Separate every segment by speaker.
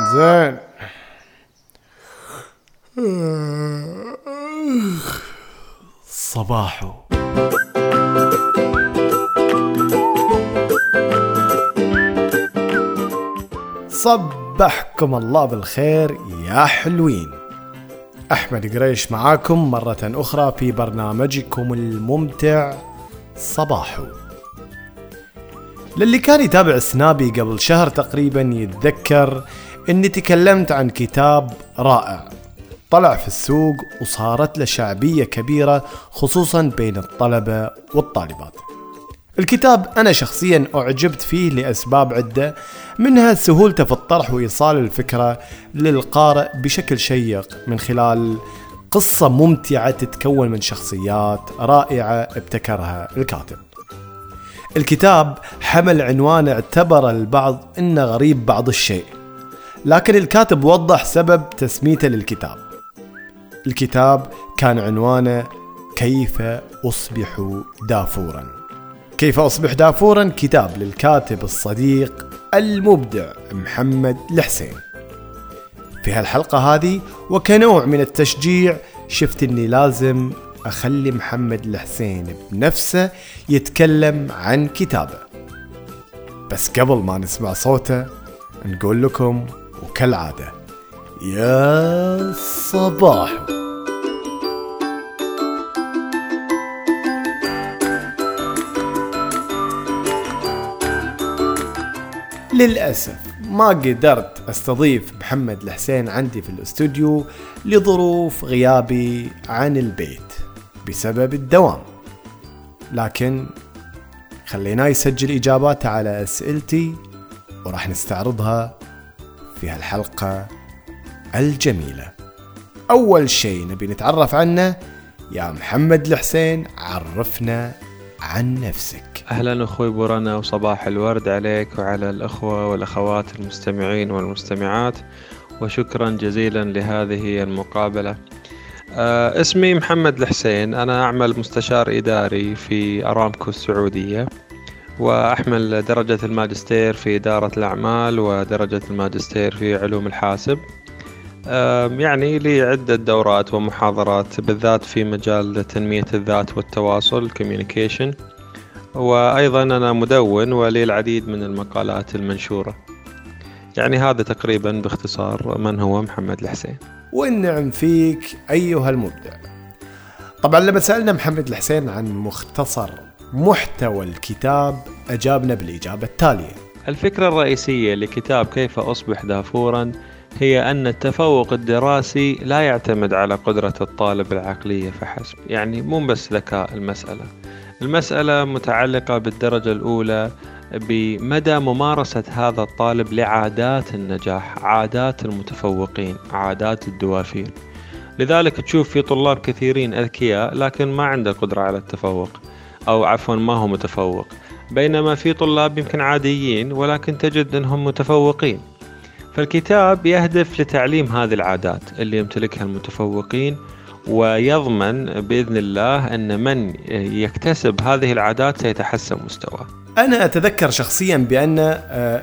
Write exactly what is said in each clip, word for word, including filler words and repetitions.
Speaker 1: زين. صباحو. صبحكم الله بالخير يا حلوين. أحمد قريش معاكم مرة أخرى في برنامجكم الممتع صباحو. للي كان يتابع سنابي قبل شهر تقريبا يتذكر أني تكلمت عن كتاب رائع طلع في السوق وصارت له شعبية كبيرة خصوصا بين الطلبة والطالبات. الكتاب أنا شخصيا أعجبت فيه لأسباب عدة، منها سهولته في الطرح وإيصال الفكرة للقارئ بشكل شيق من خلال قصة ممتعة تتكون من شخصيات رائعة ابتكرها الكاتب. الكتاب حمل عنوان اعتبر البعض إنه غريب بعض الشيء، لكن الكاتب وضح سبب تسميته للكتاب. الكتاب كان عنوانه كيف أصبح دافورا. كيف أصبح دافورا كتاب للكاتب الصديق المبدع محمد الحسين. في هالحلقة هذه وكنوع من التشجيع شفت إني لازم أخلي محمد الحسين بنفسه يتكلم عن كتابه. بس قبل ما نسمع صوته نقول لكم وكالعادة يا صباح. للأسف ما قدرت استضيف محمد الحسين عندي في الاستوديو لظروف غيابي عن البيت بسبب الدوام، لكن خليناه يسجل إجاباته على أسئلتي وراح نستعرضها في هالحلقة الجميلة. أول شيء نبي نتعرف عنه. يا محمد الحسين عرفنا عن نفسك.
Speaker 2: أهلا أخوي بورنا، وصباح الورد عليك وعلى الأخوة والأخوات المستمعين والمستمعات، وشكرا جزيلا لهذه المقابلة. أه اسمي محمد الحسين، أنا أعمل مستشار إداري في أرامكو السعودية، وأحمل درجة الماجستير في إدارة الأعمال ودرجة الماجستير في علوم الحاسب. أه يعني لي عدة دورات ومحاضرات بالذات في مجال تنمية الذات والتواصل communication، وأيضا أنا مدون ولي العديد من المقالات المنشورة. يعني هذا تقريبا باختصار من هو محمد الحسين.
Speaker 1: والنعم فيك أيها المبدع. طبعا لما سألنا محمد الحسين عن مختصر محتوى الكتاب أجابنا بالإجابة التالية.
Speaker 2: الفكرة الرئيسية لكتاب كيف أصبح دافورا هي أن التفوق الدراسي لا يعتمد على قدرة الطالب العقلية فحسب، يعني مو بس ذكاء المسألة. المسألة متعلقة بالدرجة الأولى بمدى ممارسة هذا الطالب لعادات النجاح، عادات المتفوقين، عادات الدوافين. لذلك تشوف في طلاب كثيرين أذكياء لكن ما عنده قدرة على التفوق، أو عفوا ما هو متفوق، بينما في طلاب يمكن عاديين ولكن تجد أنهم متفوقين. فالكتاب يهدف لتعليم هذه العادات اللي يمتلكها المتفوقين، ويضمن بإذن الله أن من يكتسب هذه العادات سيتحسن مستواه.
Speaker 1: أنا أتذكر شخصيا بأن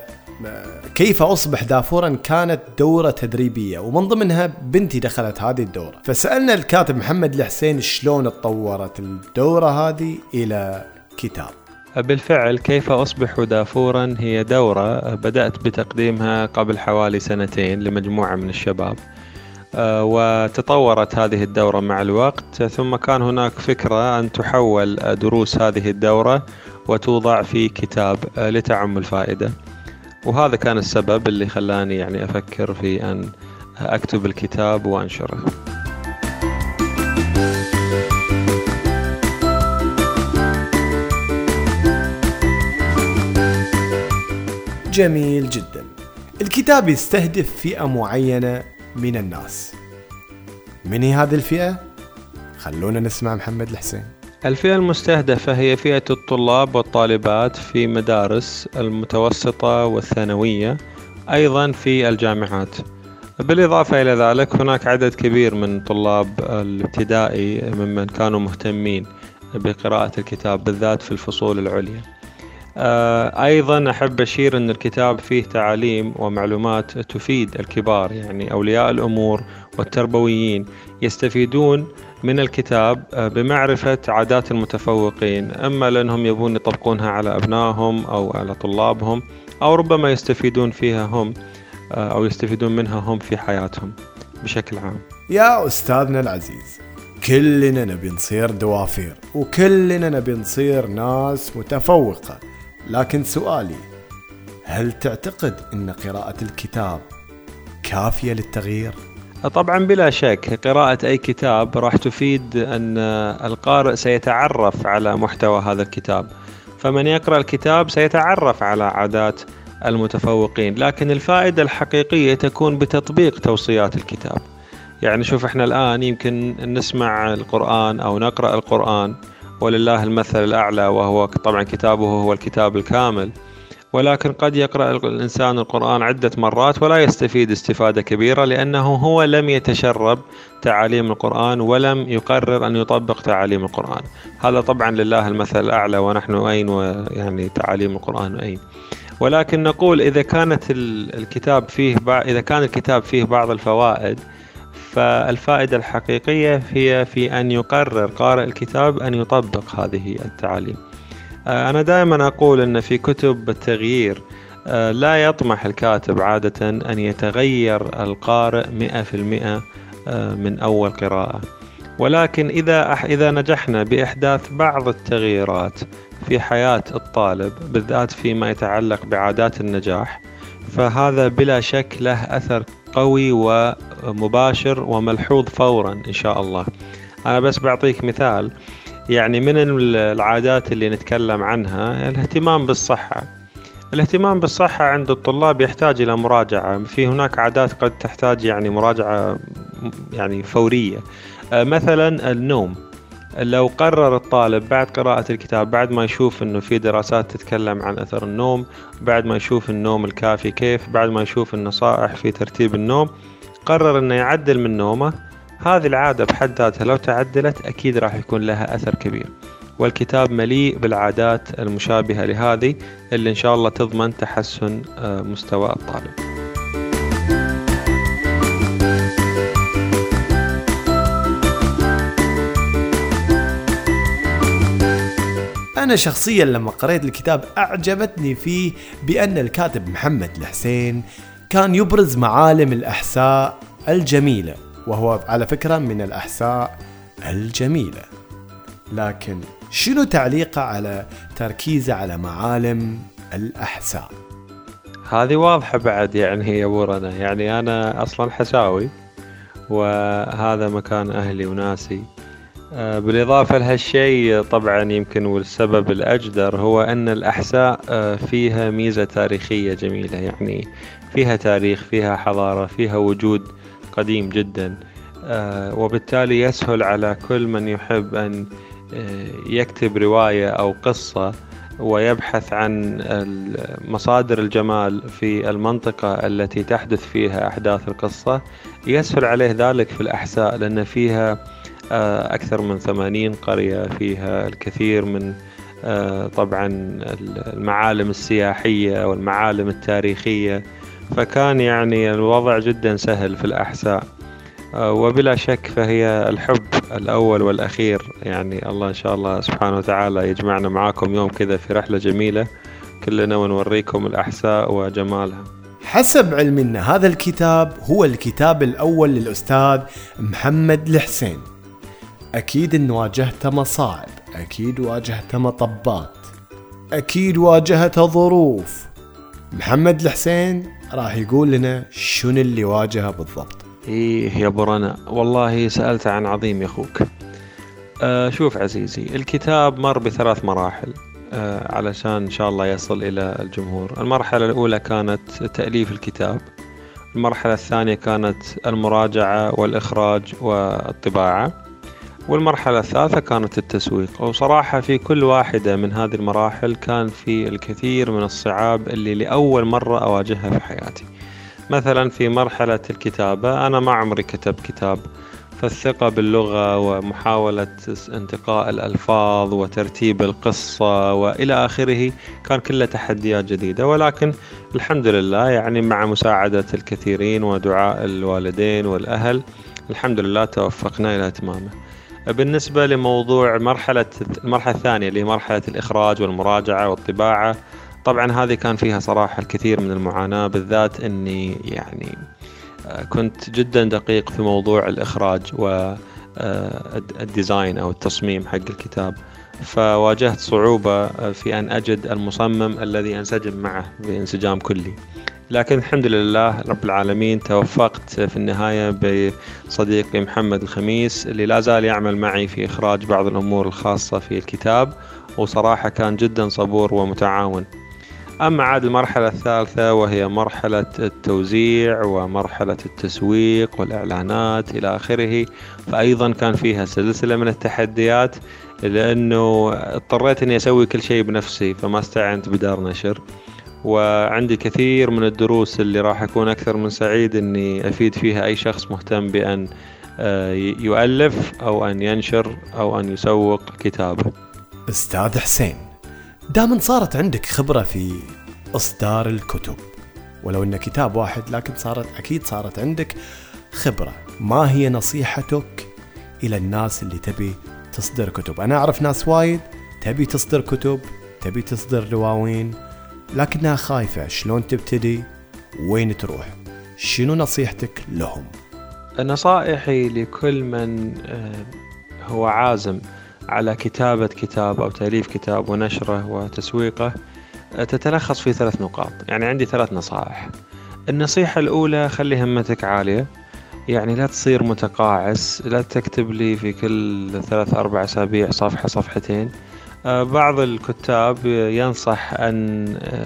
Speaker 1: كيف أصبح دافورا كانت دورة تدريبية، ومن ضمنها بنتي دخلت هذه الدورة، فسألنا الكاتب محمد الحسين شلون اتطورت الدورة هذه إلى كتاب.
Speaker 2: بالفعل كيف أصبح دافورا هي دورة بدأت بتقديمها قبل حوالي سنتين لمجموعة من الشباب، وتطورت هذه الدورة مع الوقت، ثم كان هناك فكرة أن تحول دروس هذه الدورة وتوضع في كتاب لتعم الفائدة، وهذا كان السبب اللي خلاني يعني أفكر في أن أكتب الكتاب وأنشره.
Speaker 1: جميل جدا. الكتاب يستهدف فئة معينة من الناس. من هي هذه الفئة؟ خلونا نسمع محمد الحسين.
Speaker 2: الفئة المستهدفة هي فئة الطلاب والطالبات في مدارس المتوسطة والثانوية، أيضا في الجامعات. بالإضافة إلى ذلك هناك عدد كبير من طلاب الابتدائي ممن كانوا مهتمين بقراءة الكتاب بالذات في الفصول العليا. أيضا أحب أشير أن الكتاب فيه تعاليم ومعلومات تفيد الكبار، يعني أولياء الأمور والتربويين يستفيدون من الكتاب بمعرفة عادات المتفوقين، أما لأنهم يبون يطبقونها على أبنائهم أو على طلابهم، أو ربما يستفيدون فيها هم أو يستفيدون منها هم في حياتهم بشكل عام.
Speaker 1: يا أستاذنا العزيز، كلنا نبي نصير دوافير وكلنا نبي نصير ناس متفوقة، لكن سؤالي، هل تعتقد أن قراءة الكتاب كافية للتغيير؟
Speaker 2: طبعا بلا شك، قراءة أي كتاب راح تفيد أن القارئ سيتعرف على محتوى هذا الكتاب، فمن يقرأ الكتاب سيتعرف على عادات المتفوقين، لكن الفائدة الحقيقية تكون بتطبيق توصيات الكتاب. يعني شوف، احنا الآن يمكن نسمع القرآن أو نقرأ القرآن ولله المثل الأعلى، وهو طبعا كتابه هو الكتاب الكامل، ولكن قد يقرأ الإنسان القرآن عدة مرات ولا يستفيد استفادة كبيرة، لأنه هو لم يتشرب تعاليم القرآن ولم يقرر أن يطبق تعاليم القرآن. هذا طبعا لله المثل الأعلى، ونحن أين ويعني تعاليم القرآن أين. ولكن نقول إذا كانت الكتاب فيه إذا كان الكتاب فيه بعض الفوائد، فالفائدة الحقيقية هي في أن يقرر قارئ الكتاب أن يطبق هذه التعاليم. أنا دائما أقول أن في كتب التغيير لا يطمح الكاتب عادة أن يتغير القارئ مئة في المئة من أول قراءة، ولكن إذا إذا نجحنا بإحداث بعض التغييرات في حياة الطالب، بالذات فيما يتعلق بعادات النجاح، فهذا بلا شك له أثر قوي ومباشر وملحوظ فورا إن شاء الله. أنا بس بعطيك مثال، يعني من العادات اللي نتكلم عنها الاهتمام بالصحة. الاهتمام بالصحة عند الطلاب يحتاج إلى مراجعة، في هناك عادات قد تحتاج يعني مراجعة يعني فورية. مثلا النوم، لو قرر الطالب بعد قراءة الكتاب، بعد ما يشوف أنه في دراسات تتكلم عن أثر النوم، بعد ما يشوف النوم الكافي كيف، بعد ما يشوف النصائح في ترتيب النوم، قرر أنه يعدل من نومه، هذه العادة بحد ذاتها لو تعدلت أكيد راح يكون لها أثر كبير. والكتاب مليء بالعادات المشابهة لهذه اللي إن شاء الله تضمن تحسن مستوى الطالب.
Speaker 1: أنا شخصيا لما قرأت الكتاب أعجبتني فيه بأن الكاتب محمد الحسين كان يبرز معالم الأحساء الجميلة، وهو على فكرة من الأحساء الجميلة، لكن شنو تعليقه على تركيزه على معالم الأحساء؟
Speaker 2: هذه واضحة بعد يعني يا بورنا، يعني أنا أصلا حساوي وهذا مكان أهلي وناسي. بالإضافة لهالشيء طبعا يمكن والسبب الأجدر هو أن الأحساء فيها ميزة تاريخية جميلة، يعني فيها تاريخ، فيها حضارة، فيها وجود قديم جدا، وبالتالي يسهل على كل من يحب أن يكتب رواية أو قصة ويبحث عن مصادر الجمال في المنطقة التي تحدث فيها أحداث القصة، يسهل عليه ذلك في الأحساء، لأن فيها أكثر من ثمانين قرية، فيها الكثير من طبعا المعالم السياحية والمعالم التاريخية، فكان يعني الوضع جدا سهل في الأحساء. وبلا شك فهي الحب الأول والأخير، يعني الله إن شاء الله سبحانه وتعالى يجمعنا معاكم يوم كذا في رحلة جميلة كلنا ونوريكم الأحساء وجمالها.
Speaker 1: حسب علمنا هذا الكتاب هو الكتاب الأول للأستاذ محمد الحسين. أكيد إن واجهت مصاعب، أكيد واجهت مطبات، أكيد واجهت ظروف. محمد الحسين راح يقول لنا شنو اللي واجهه بالضبط.
Speaker 2: إيه يا برنا، والله سألت عن عظيم يا أخوك. آه شوف عزيزي، الكتاب مر بثلاث مراحل آه علشان إن شاء الله يصل إلى الجمهور. المرحلة الأولى كانت تأليف الكتاب، المرحلة الثانية كانت المراجعة والإخراج والطباعة، والمرحلة الثالثة كانت التسويق. وصراحة في كل واحدة من هذه المراحل كان في الكثير من الصعاب اللي لأول مرة أواجهها في حياتي. مثلا في مرحلة الكتابة أنا ما عمري كتبت كتاب، فالثقة باللغة ومحاولة انتقاء الألفاظ وترتيب القصة وإلى آخره كان كله تحديات جديدة، ولكن الحمد لله يعني مع مساعدة الكثيرين ودعاء الوالدين والأهل الحمد لله توفقنا إلى إتمامه. بالنسبة لموضوع مرحلة المرحلة الثانية اللي هي مرحلة الإخراج والمراجعة والطباعة، طبعا هذه كان فيها صراحة الكثير من المعاناة، بالذات أني يعني كنت جدا دقيق في موضوع الإخراج والديزاين أو التصميم حق الكتاب، فواجهت صعوبة في أن أجد المصمم الذي أنسجم معه بانسجام كلي، لكن الحمد لله رب العالمين توفقت في النهاية بصديقي محمد الخميس اللي لا زال يعمل معي في إخراج بعض الأمور الخاصة في الكتاب، وصراحة كان جدا صبور ومتعاون. أما عاد المرحلة الثالثة وهي مرحلة التوزيع ومرحلة التسويق والإعلانات إلى آخره، فأيضا كان فيها سلسلة من التحديات، لأنه اضطريت أني أسوي كل شيء بنفسي، فما استعنت بدار نشر، وعندي كثير من الدروس اللي راح أكون أكثر من سعيد أني أفيد فيها أي شخص مهتم بأن يؤلف أو أن ينشر أو أن يسوق كتابه.
Speaker 1: أستاذ حسين، دائما صارت عندك خبرة في إصدار الكتب، ولو إنه كتاب واحد لكن صارت أكيد صارت عندك خبرة، ما هي نصيحتك إلى الناس اللي تبي تصدر كتب؟ أنا أعرف ناس وايد تبي تصدر كتب، تبي تصدر رواوين، لكنها خايفة، شلون تبتدي؟ وين تروح؟ شنو نصيحتك لهم؟
Speaker 2: نصائحي لكل من هو عازم على كتابة كتاب أو تأليف كتاب ونشره وتسويقه تتلخص في ثلاث نقاط. يعني عندي ثلاث نصائح. النصيحة الأولى: خلي همتك عالية، يعني لا تصير متقاعس، لا تكتب لي في كل ثلاث أربع أسابيع صفحة صفحتين. بعض الكتاب ينصح أن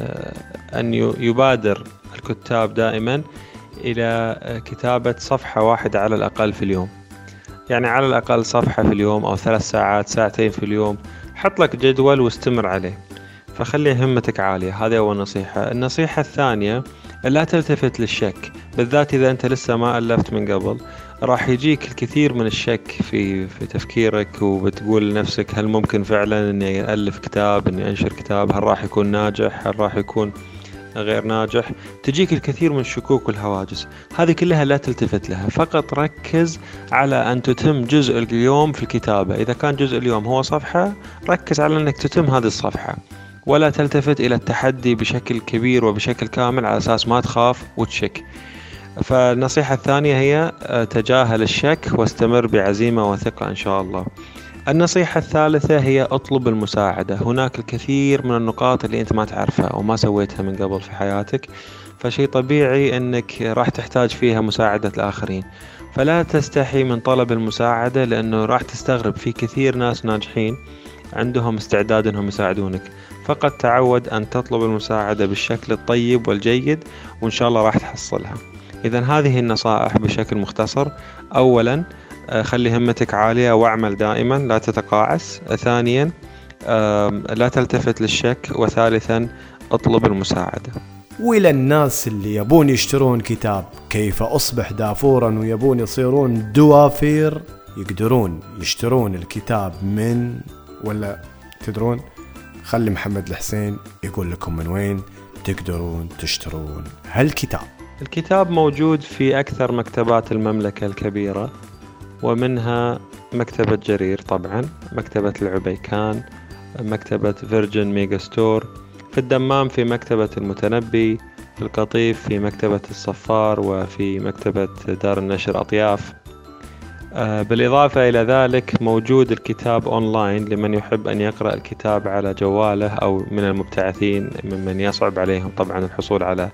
Speaker 2: أن يبادر الكتاب دائما إلى كتابة صفحة واحدة على الأقل في اليوم، يعني على الأقل صفحة في اليوم أو ثلاث ساعات ساعتين في اليوم. حط لك جدول واستمر عليه، فخلي همتك عالية. هذه أول نصيحة. النصيحة الثانية: لا تلتفت للشك، بالذات إذا أنت لسه ما ألفت من قبل، راح يجيك الكثير من الشك في في تفكيرك، وبتقول لنفسك هل ممكن فعلا إني ألف كتاب، إني أنشر كتاب، هل راح يكون ناجح، هل راح يكون غير ناجح، تجيك الكثير من الشكوك والهواجس. هذه كلها لا تلتفت لها، فقط ركز على أن تتم جزء اليوم في الكتابة. إذا كان جزء اليوم هو صفحة، ركز على أنك تتم هذه الصفحة، ولا تلتفت إلى التحدي بشكل كبير وبشكل كامل على أساس ما تخاف وتشك. فالنصيحة الثانية هي تجاهل الشك واستمر بعزيمة وثقة إن شاء الله. النصيحة الثالثة هي اطلب المساعدة. هناك الكثير من النقاط اللي أنت ما تعرفها أو ما سويتها من قبل في حياتك، فشيء طبيعي أنك راح تحتاج فيها مساعدة الآخرين، فلا تستحي من طلب المساعدة، لأنه راح تستغرب في كثير ناس ناجحين عندهم استعداد أنهم يساعدونك. فقط تعود أن تطلب المساعدة بالشكل الطيب والجيد، وإن شاء الله راح تحصلها. إذن هذه النصائح بشكل مختصر: أولا خلي همتك عالية واعمل دائما، لا تتقاعس. ثانيا لا تلتفت للشك. وثالثا اطلب المساعدة.
Speaker 1: وإلى الناس اللي يبون يشترون كتاب كيف أصبح دافورا ويبون يصيرون دوافير، يقدرون يشترون الكتاب من، ولا تدرون؟ خلي محمد الحسين يقول لكم من وين تقدرون تشترون هالكتاب.
Speaker 2: الكتاب موجود في أكثر مكتبات المملكة الكبيرة، ومنها مكتبة جرير طبعا، مكتبة العبيكان، مكتبة فيرجن ميجا ستور، في الدمام في مكتبة المتنبي، في القطيف في مكتبة الصفار، وفي مكتبة دار النشر أطياف. بالإضافة إلى ذلك موجود الكتاب أونلاين لمن يحب أن يقرأ الكتاب على جواله، أو من المبتعثين ممن يصعب عليهم طبعا الحصول على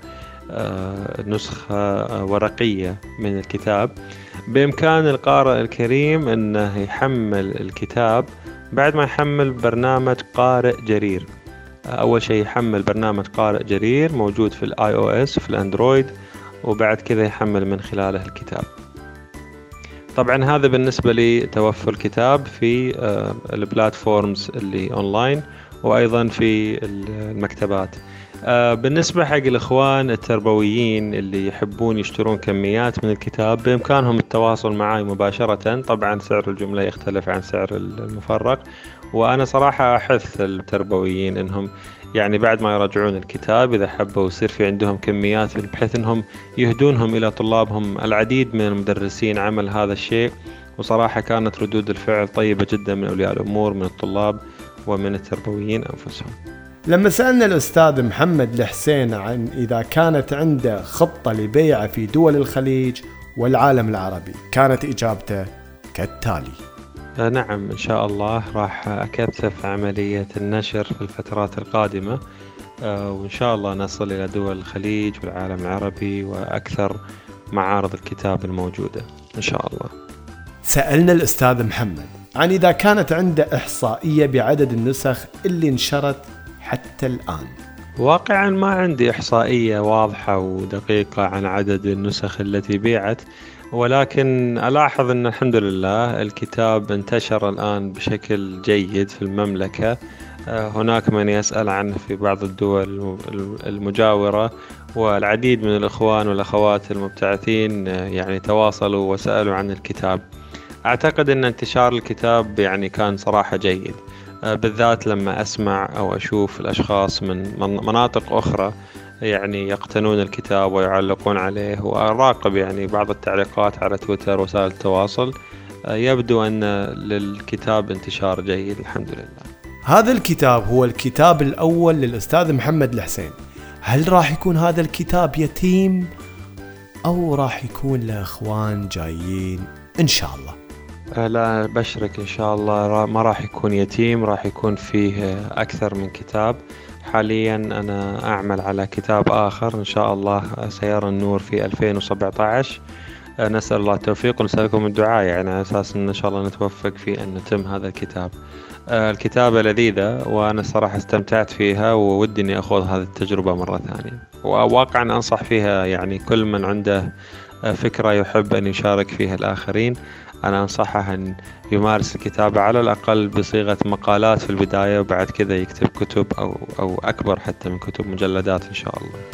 Speaker 2: نسخة ورقية من الكتاب. بإمكان القارئ الكريم أنه يحمل الكتاب بعد ما يحمل برنامج قارئ جرير. أول شيء يحمل برنامج قارئ جرير موجود في الآي أو إس في الأندرويد، وبعد كذا يحمل من خلاله الكتاب. طبعا هذا بالنسبة لتوفر الكتاب في البلاتفورمز اللي أونلاين، وأيضا في المكتبات. آه، بالنسبة حق الإخوان التربويين اللي يحبون يشترون كميات من الكتاب، بإمكانهم التواصل معي مباشرة. طبعا سعر الجملة يختلف عن سعر المفرق، وأنا صراحة أحث التربويين إنهم يعني بعد ما يراجعون الكتاب إذا حبوا يصير في عندهم كميات، بحيث إنهم يهدونهم إلى طلابهم. العديد من المدرسين عمل هذا الشيء، وصراحة كانت ردود الفعل طيبة جدا من أولياء الأمور، من الطلاب، ومن التربويين أنفسهم.
Speaker 1: لما سألنا الأستاذ محمد الحسين عن إذا كانت عنده خطة لبيعه في دول الخليج والعالم العربي، كانت إجابته كالتالي:
Speaker 2: نعم إن شاء الله راح أكثف عملية النشر في الفترات القادمة، وإن شاء الله نصل إلى دول الخليج والعالم العربي وأكثر معارض الكتاب الموجودة إن شاء الله.
Speaker 1: سألنا الأستاذ محمد عن إذا كانت عنده إحصائية بعدد النسخ اللي انشرت حتى الآن.
Speaker 2: واقعا ما عندي إحصائية واضحة ودقيقة عن عدد النسخ التي بيعت، ولكن ألاحظ أن الحمد لله الكتاب انتشر الآن بشكل جيد في المملكة. هناك من يسأل عنه في بعض الدول المجاورة، والعديد من الإخوان والأخوات المبتعثين يعني تواصلوا وسألوا عن الكتاب. أعتقد أن انتشار الكتاب يعني كان صراحة جيد، بالذات لما أسمع أو أشوف الأشخاص من مناطق أخرى يعني يقتنون الكتاب ويعلقون عليه، وأراقب يعني بعض التعليقات على تويتر وسائل التواصل. يبدو أن للكتاب انتشار جيد الحمد لله.
Speaker 1: هذا الكتاب هو الكتاب الأول للأستاذ محمد الحسين. هل راح يكون هذا الكتاب يتيم أو راح يكون لإخوان جايين إن شاء الله؟
Speaker 2: لا بشرك إن شاء الله ما راح يكون يتيم، راح يكون فيه أكثر من كتاب. حاليا أنا أعمل على كتاب آخر إن شاء الله سيرى النور في ألفين وسبعة عشر. نسأل الله التوفيق ونسألكم الدعاء يعني على أساس أن إن شاء الله نتوفق في أن نتم هذا الكتاب. الكتابة لذيذة وأنا صراحة استمتعت فيها، وودي أني أخوض هذه التجربة مرة ثانية، وواقعا أنصح فيها يعني كل من عنده فكرة يحب أن يشارك فيها الآخرين. أنا أنصحه أن يمارس الكتابة على الأقل بصيغة مقالات في البداية، وبعد كذا يكتب كتب أو, أو أكبر حتى من كتب، مجلدات إن شاء الله.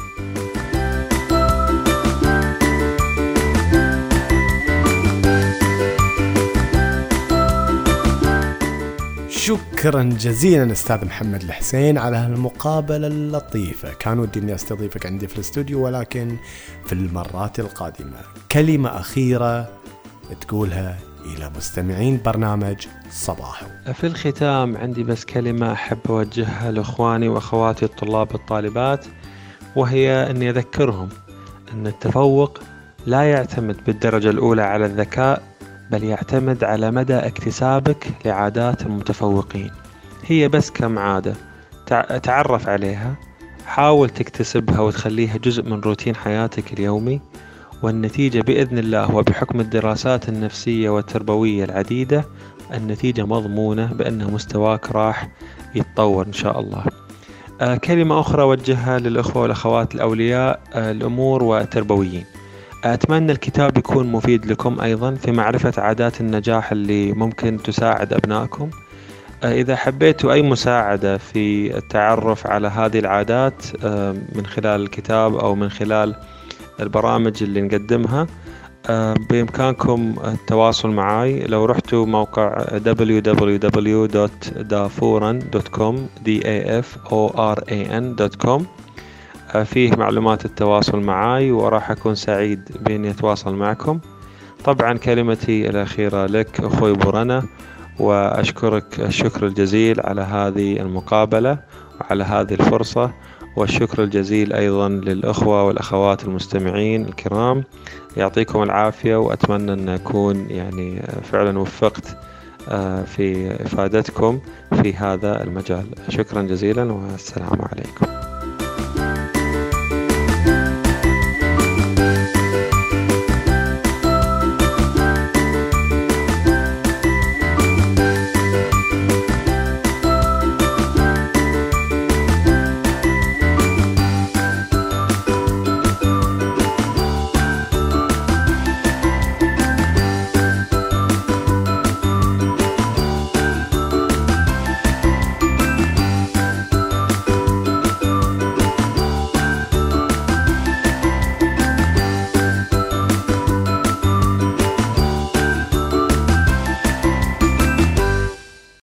Speaker 1: شكرا جزيلا أستاذ محمد الحسين على هالمقابلة اللطيفة. كان ودي أني أستضيفك عندي في الاستوديو، ولكن في المرات القادمة. كلمة أخيرة تقولها إلى مستمعين برنامج صباحو.
Speaker 2: في الختام عندي بس كلمة أحب أوجهها لإخواني وأخواتي الطلاب والطالبات، وهي أني أذكرهم أن التفوق لا يعتمد بالدرجة الأولى على الذكاء، بل يعتمد على مدى اكتسابك لعادات المتفوقين. هي بس كم عادة تعرف عليها، حاول تكتسبها وتخليها جزء من روتين حياتك اليومي، والنتيجة بإذن الله وبحكم الدراسات النفسية والتربوية العديدة النتيجة مضمونة بأن مستواك راح يتطور إن شاء الله. آه كلمة أخرى وجهها للأخوة والأخوات الأولياء آه الأمور والتربويين. أتمنى الكتاب يكون مفيد لكم أيضا في معرفة عادات النجاح اللي ممكن تساعد أبنائكم. آه إذا حبيتوا أي مساعدة في التعرف على هذه العادات آه من خلال الكتاب أو من خلال البرامج اللي نقدمها، بإمكانكم التواصل معي. لو رحتوا موقع دبليو دبليو دبليو دوت دافوران دوت كوم دي إيه إف أو آر إيه إن دوت كوم فيه معلومات التواصل معي، وراح أكون سعيد بإني أتواصل معكم. طبعا كلمتي الأخيرة لك أخوي بورنا، وأشكرك الشكر الجزيل على هذه المقابلة وعلى هذه الفرصة، والشكر الجزيل أيضا للأخوة والأخوات المستمعين الكرام. يعطيكم العافية، وأتمنى أن أكون يعني فعلا وفقت في إفادتكم في هذا المجال. شكرا جزيلا والسلام عليكم.